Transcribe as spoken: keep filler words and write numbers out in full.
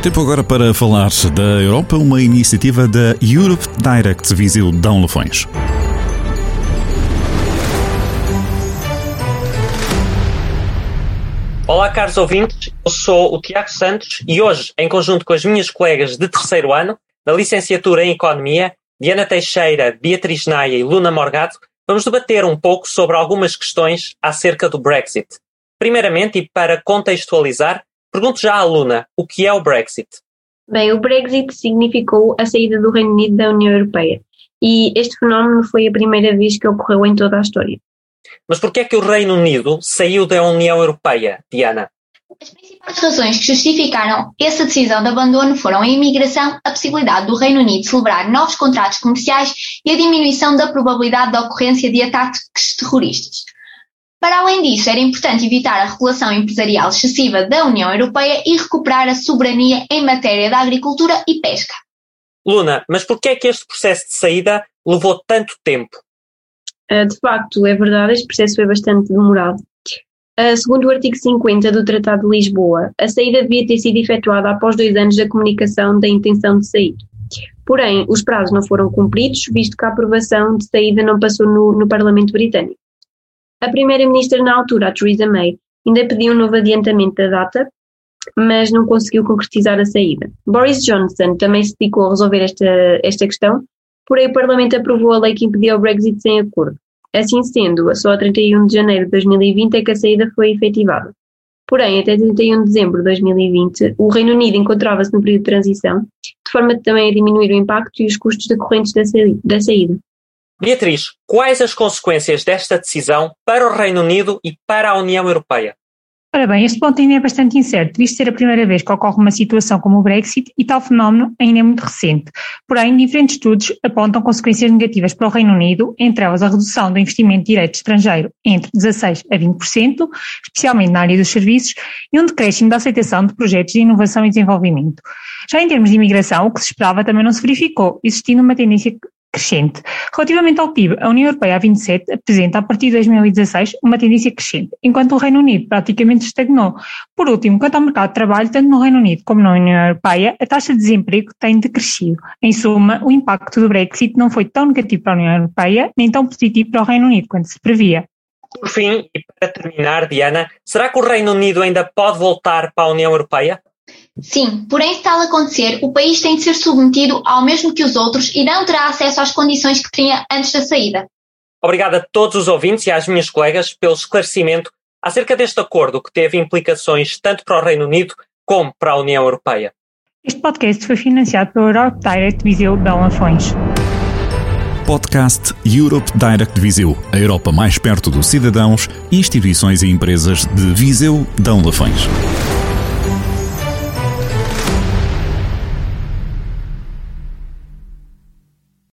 Tempo agora para falar da Europa, uma iniciativa da Europe Direct Viseu Dão Lafões. Olá, caros ouvintes, eu sou o Tiago Santos e hoje, em conjunto com as minhas colegas de terceiro ano, da licenciatura em Economia, Diana Teixeira, Beatriz Naia e Luna Morgado, vamos debater um pouco sobre algumas questões acerca do Brexit. Primeiramente, e para contextualizar, pergunto já à Luna, o que é o Brexit? Bem, o Brexit significou a saída do Reino Unido da União Europeia e este fenómeno foi a primeira vez que ocorreu em toda a história. Mas por que é que o Reino Unido saiu da União Europeia, Diana? As principais razões que justificaram essa decisão de abandono foram a imigração, a possibilidade do Reino Unido celebrar novos contratos comerciais e a diminuição da probabilidade da ocorrência de ataques terroristas. Para além disso, era importante evitar a regulação empresarial excessiva da União Europeia e recuperar a soberania em matéria de agricultura e pesca. Luna, mas por que é que este processo de saída levou tanto tempo? De facto, é verdade, este processo foi bastante demorado. Segundo o artigo cinquenta do Tratado de Lisboa, a saída devia ter sido efetuada após dois anos da comunicação da intenção de sair. Porém, os prazos não foram cumpridos, visto que a aprovação de saída não passou no, no Parlamento Britânico. A primeira-ministra na altura, a Theresa May, ainda pediu um novo adiantamento da data, mas não conseguiu concretizar a saída. Boris Johnson também se dedicou a resolver esta, esta questão, porém o Parlamento aprovou a lei que impedia o Brexit sem acordo. Assim sendo, só a trinta e um de janeiro de dois mil e vinte é que a saída foi efetivada. Porém, até trinta e um de dezembro de dois mil e vinte, o Reino Unido encontrava-se no período de transição, de forma também a diminuir o impacto e os custos decorrentes da saída. Beatriz, quais as consequências desta decisão para o Reino Unido e para a União Europeia? Ora bem, este ponto ainda é bastante incerto, visto ser a primeira vez que ocorre uma situação como o Brexit e tal fenómeno ainda é muito recente. Porém, diferentes estudos apontam consequências negativas para o Reino Unido, entre elas a redução do investimento direto estrangeiro entre dezasseis por cento a vinte por cento, especialmente na área dos serviços, e um decréscimo da aceitação de projetos de inovação e desenvolvimento. Já em termos de imigração, o que se esperava também não se verificou, existindo uma tendência crescente. Relativamente ao P I B, a União Europeia a vinte e sete apresenta, a partir de dois mil e dezasseis, uma tendência crescente, enquanto o Reino Unido praticamente estagnou. Por último, quanto ao mercado de trabalho, tanto no Reino Unido como na União Europeia, a taxa de desemprego tem decrescido. Em suma, o impacto do Brexit não foi tão negativo para a União Europeia, nem tão positivo para o Reino Unido quanto se previa. Por fim, e para terminar, Diana, será que o Reino Unido ainda pode voltar para a União Europeia? Sim, porém se tal acontecer, o país tem de ser submetido ao mesmo que os outros e não terá acesso às condições que tinha antes da saída. Obrigado a todos os ouvintes e às minhas colegas pelo esclarecimento acerca deste acordo que teve implicações tanto para o Reino Unido como para a União Europeia. Este podcast foi financiado pelo Europe Direct Viseu Dão Lafões. Podcast Europe Direct Viseu, a Europa mais perto dos cidadãos, instituições e empresas de Viseu Dão Lafões.